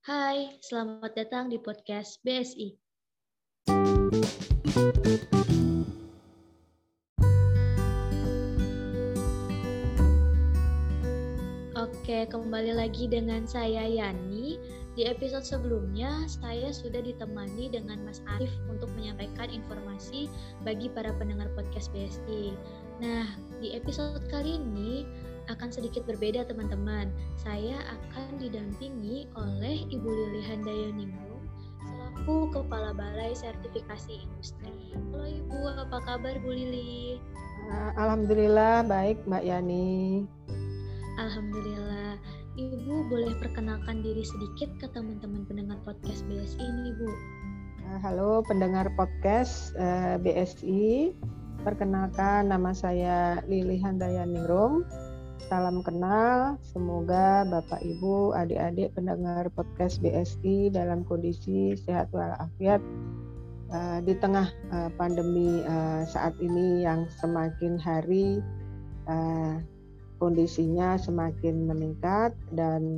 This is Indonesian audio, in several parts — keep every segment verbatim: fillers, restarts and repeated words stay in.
Hai, selamat datang di podcast B S I. Oke, kembali lagi dengan saya Yani. Di episode sebelumnya, saya sudah ditemani dengan Mas Arif untuk menyampaikan informasi bagi para pendengar podcast B S I. Nah, di episode kali ini akan sedikit berbeda teman-teman. Saya akan didampingi oleh Ibu Lili Handayaningrum selaku Kepala Balai Sertifikasi Industri. Halo Ibu, apa kabar Bu Lili? Alhamdulillah baik Mbak Yani. Alhamdulillah. Ibu boleh perkenalkan diri sedikit ke teman-teman pendengar podcast B S I ini, Bu. Halo pendengar podcast uh, B S I. Perkenalkan, nama saya Lili Handayaningrum. Salam kenal. Semoga Bapak Ibu, adik-adik pendengar podcast B S I dalam kondisi sehat walafiat uh, di tengah uh, pandemi uh, saat ini yang semakin hari uh, kondisinya semakin meningkat, dan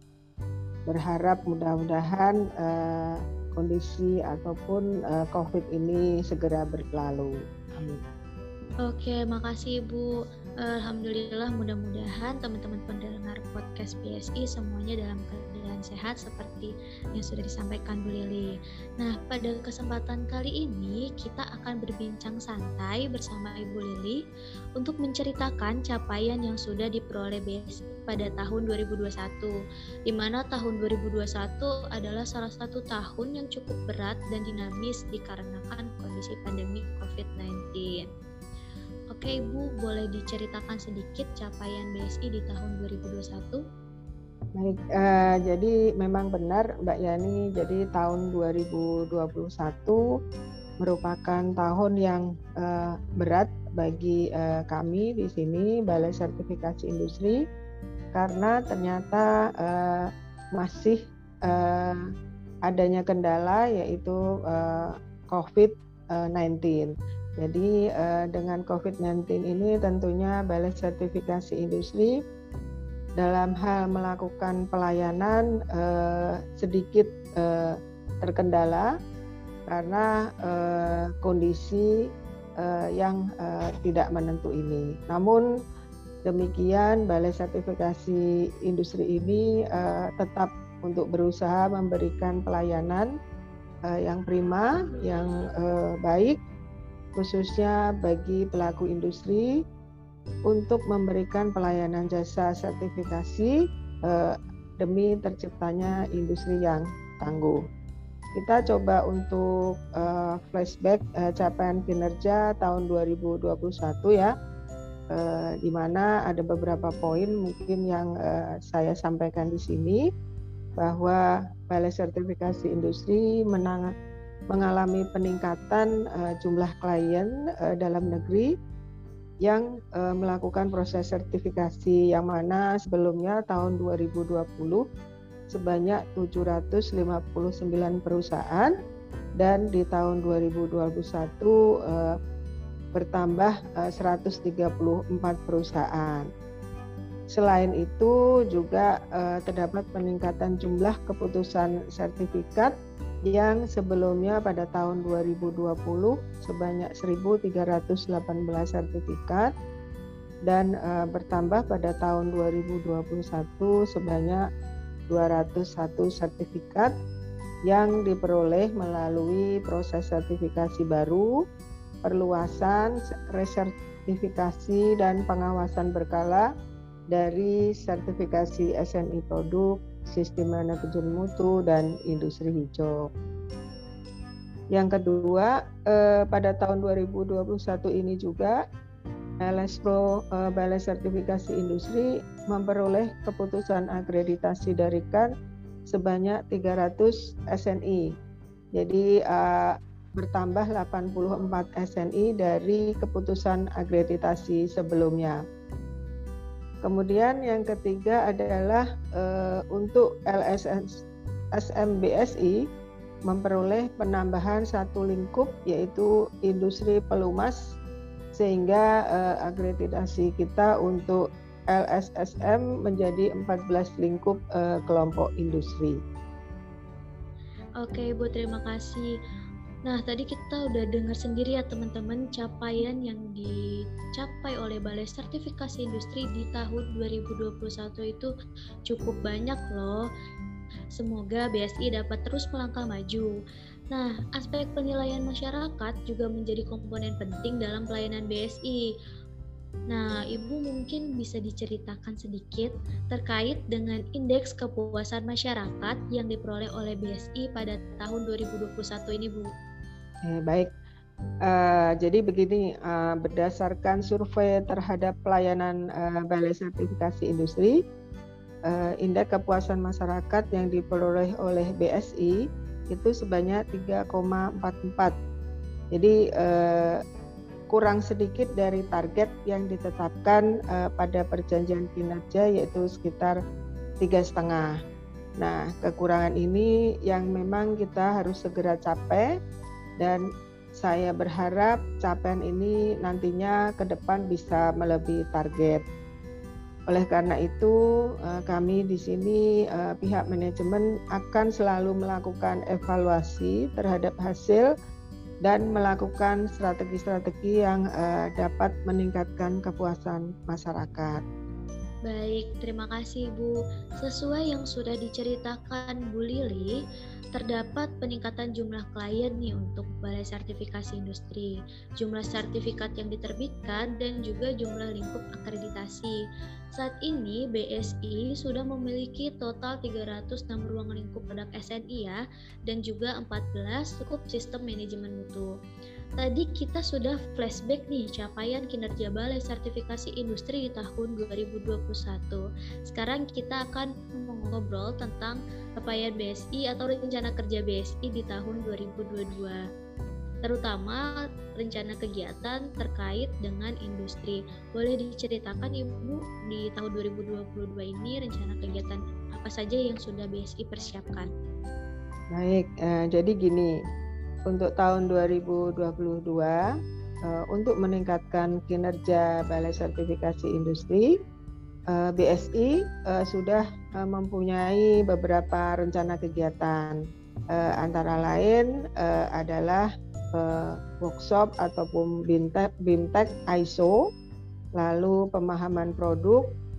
berharap mudah-mudahan uh, kondisi ataupun uh, COVID ini segera berlalu. Amin. Oke, makasih Ibu. Alhamdulillah, mudah-mudahan teman-teman pendengar podcast B S I semuanya dalam keadaan sehat seperti yang sudah disampaikan Bu Lili. Nah, pada kesempatan kali ini kita akan berbincang santai bersama Ibu Lili untuk menceritakan capaian yang sudah diperoleh B S I pada tahun dua ribu dua puluh satu, di mana tahun dua ribu dua puluh satu adalah salah satu tahun yang cukup berat dan dinamis dikarenakan kondisi pandemi covid sembilan belas. Oke Ibu, boleh diceritakan sedikit capaian B S I di tahun dua ribu dua puluh satu? Baik, uh, jadi memang benar Mbak Yani, jadi tahun dua ribu dua puluh satu merupakan tahun yang uh, berat bagi uh, kami di sini Balai Sertifikasi Industri, karena ternyata uh, masih uh, adanya kendala, yaitu uh, covid sembilan belas. Jadi uh, dengan covid sembilan belas ini tentunya Balai Sertifikasi Industri dalam hal melakukan pelayanan uh, sedikit uh, terkendala karena uh, kondisi uh, yang uh, tidak menentu ini. Namun demikian, Balai Sertifikasi Industri ini uh, tetap untuk berusaha memberikan pelayanan uh, yang prima, yang uh, baik, khususnya bagi pelaku industri untuk memberikan pelayanan jasa sertifikasi eh, demi terciptanya industri yang tangguh. Kita coba untuk eh, flashback eh, capaian kinerja tahun dua ribu dua puluh satu ya, eh, di mana ada beberapa poin mungkin yang eh, saya sampaikan di sini, bahwa Balai Sertifikasi Industri menang mengalami peningkatan uh, jumlah klien uh, dalam negeri yang uh, melakukan proses sertifikasi, yang mana sebelumnya tahun dua ribu dua puluh sebanyak tujuh ratus lima puluh sembilan perusahaan, dan di tahun dua ribu dua puluh satu uh, bertambah uh, seratus tiga puluh empat perusahaan. Selain itu juga uh, terdapat peningkatan jumlah keputusan sertifikat yang sebelumnya pada tahun dua ribu dua puluh sebanyak seribu tiga ratus delapan belas sertifikat, dan uh, bertambah pada tahun dua ribu dua puluh satu sebanyak dua ratus satu sertifikat yang diperoleh melalui proses sertifikasi baru, perluasan, resertifikasi, dan pengawasan berkala dari sertifikasi S M I produk, sistem manajemen mutu, dan industri hijau. Yang kedua, eh, pada tahun dua ribu dua puluh satu ini juga L S Pro eh, Balai Sertifikasi Industri memperoleh keputusan akreditasi dari C A N sebanyak tiga ratus S N I. Jadi eh, bertambah delapan puluh empat S N I dari keputusan akreditasi sebelumnya. Kemudian yang ketiga adalah uh, untuk L S M B S I memperoleh penambahan satu lingkup, yaitu industri pelumas, sehingga uh, akreditasi kita untuk L S S M menjadi empat belas lingkup uh, kelompok industri. Oke Ibu, terima kasih. Nah, tadi kita udah dengar sendiri ya teman-teman capaian yang dicapai oleh Balai Sertifikasi Industri di tahun dua ribu dua puluh satu itu cukup banyak loh. Semoga B S I dapat terus melangkah maju. Nah, aspek penilaian masyarakat juga menjadi komponen penting dalam pelayanan B S I. Nah, Ibu mungkin bisa diceritakan sedikit terkait dengan indeks kepuasan masyarakat yang diperoleh oleh B S I pada tahun dua ribu dua puluh satu ini, Bu. Eh, baik, uh, jadi begini, uh, berdasarkan survei terhadap pelayanan uh, Balai Sertifikasi Industri, uh, indeks kepuasan masyarakat yang diperoleh oleh B S I itu sebanyak tiga koma empat empat. Jadi uh, kurang sedikit dari target yang ditetapkan uh, pada perjanjian kinerja, yaitu sekitar tiga setengah. Nah, kekurangan ini yang memang kita harus segera capai, dan saya berharap capaian ini nantinya ke depan bisa melebihi target. Oleh karena itu, uh, kami di sini uh, pihak manajemen akan selalu melakukan evaluasi terhadap hasil dan melakukan strategi-strategi yang uh, dapat meningkatkan kepuasan masyarakat. Baik, terima kasih Bu. Sesuai yang sudah diceritakan Bu Lili, terdapat peningkatan jumlah klien nih untuk Balai Sertifikasi Industri, jumlah sertifikat yang diterbitkan, dan juga jumlah lingkup akreditasi. Saat ini B S I sudah memiliki total tiga ratus enam ruang lingkup produk S N I ya, dan juga empat belas lingkup sistem manajemen mutu. Tadi kita sudah flashback nih capaian kinerja Balai Sertifikasi Industri di tahun dua ribu dua puluh satu. Sekarang kita akan mengobrol tentang capaian B S I atau rencana kerja B S I di tahun dua ribu dua puluh dua. Terutama rencana kegiatan terkait dengan industri. Boleh diceritakan Ibu di tahun dua ribu dua puluh dua ini rencana kegiatan apa saja yang sudah B S I persiapkan? Baik, eh, jadi gini, untuk tahun dua ribu dua puluh dua, eh, untuk meningkatkan kinerja Balai Sertifikasi Industri, eh, B S I eh, sudah eh, mempunyai beberapa rencana kegiatan. Eh, antara lain eh, adalah eh, workshop ataupun BIMTEK, BIMTEK I S O, lalu pemahaman produk,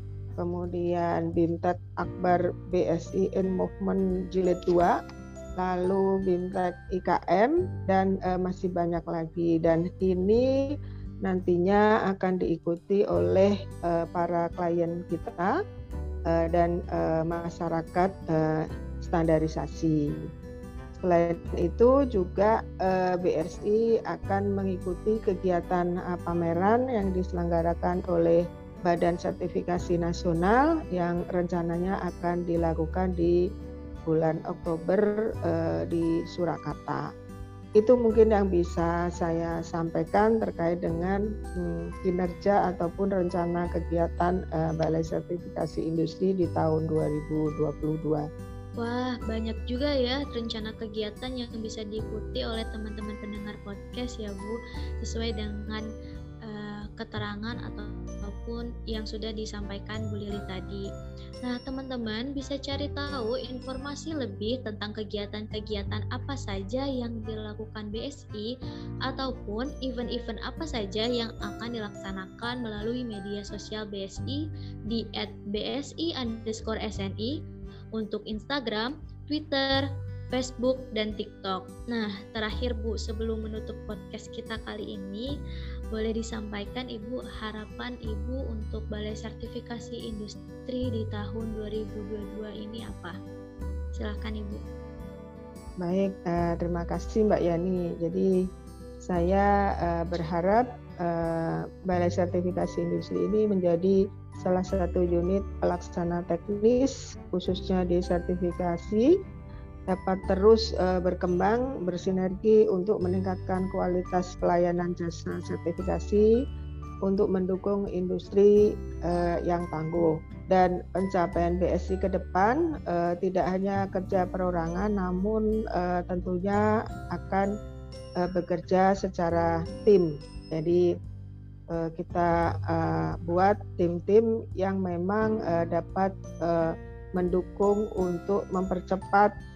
kemudian BIMTEK Akbar B S I in Movement Jilid dua, lalu BIMTEK I K M, dan uh, masih banyak lagi. Dan ini nantinya akan diikuti oleh uh, para klien kita uh, dan uh, masyarakat uh, standarisasi. Selain itu juga uh, B S I akan mengikuti kegiatan uh, pameran yang diselenggarakan oleh Badan Sertifikasi Nasional yang rencananya akan dilakukan di bulan Oktober uh, di Surakarta. Itu mungkin yang bisa saya sampaikan terkait dengan hmm, kinerja ataupun rencana kegiatan uh, Balai Sertifikasi Industri di tahun dua ribu dua puluh dua. Wah, banyak juga ya rencana kegiatan yang bisa diikuti oleh teman-teman pendengar podcast ya Bu, sesuai dengan uh, keterangan atau ataupun yang sudah disampaikan Bu Lili tadi. Nah, teman-teman bisa cari tahu informasi lebih tentang kegiatan-kegiatan apa saja yang dilakukan B S I ataupun event-event apa saja yang akan dilaksanakan melalui media sosial B S I di et b s i underscore s n i untuk Instagram, Twitter, Facebook, dan TikTok. Nah, terakhir Bu, sebelum menutup podcast kita kali ini, boleh disampaikan Ibu harapan Ibu untuk Balai Sertifikasi Industri di tahun dua ribu dua puluh dua ini apa? Silakan Ibu. Baik, uh, terima kasih Mbak Yani. Jadi saya uh, berharap uh, Balai Sertifikasi Industri ini menjadi salah satu unit pelaksana teknis khususnya di sertifikasi, dapat terus uh, berkembang, bersinergi untuk meningkatkan kualitas pelayanan jasa sertifikasi untuk mendukung industri uh, yang tangguh. Dan pencapaian B S I ke depan uh, tidak hanya kerja perorangan, namun uh, tentunya akan uh, bekerja secara tim. Jadi uh, kita uh, buat tim-tim yang memang uh, dapat uh, mendukung untuk mempercepat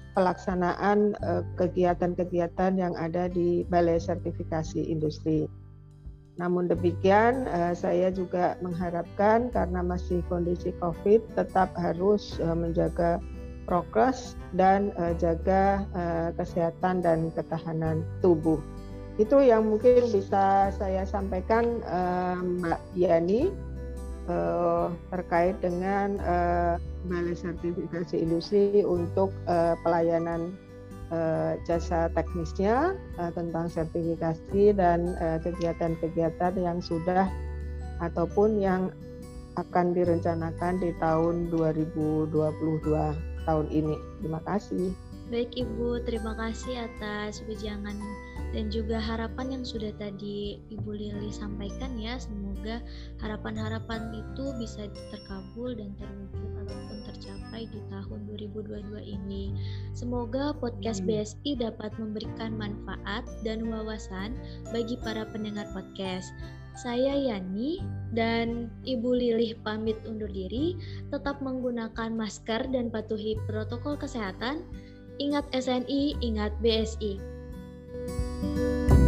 pelaksanaan uh, kegiatan-kegiatan yang ada di Balai Sertifikasi Industri. Namun demikian, uh, saya juga mengharapkan karena masih kondisi COVID, tetap harus uh, menjaga prokes dan uh, jaga uh, kesehatan dan ketahanan tubuh. Itu yang mungkin bisa saya sampaikan, uh, Mbak Yani, uh, terkait dengan uh, Balai Sertifikasi Industri untuk uh, pelayanan uh, jasa teknisnya uh, tentang sertifikasi dan uh, kegiatan-kegiatan yang sudah ataupun yang akan direncanakan di tahun dua ribu dua puluh dua tahun ini. Terima kasih. Baik Ibu, terima kasih atas wejangan dan juga harapan yang sudah tadi Ibu Lili sampaikan ya. Semoga harapan-harapan itu bisa terkabul dan terwujud ataupun tercapai di tahun dua ribu dua puluh dua ini. Semoga podcast B S I dapat memberikan manfaat dan wawasan bagi para pendengar podcast. Saya Yani dan Ibu Lilih pamit undur diri, tetap menggunakan masker dan patuhi protokol kesehatan. Ingat S N I, ingat B S I.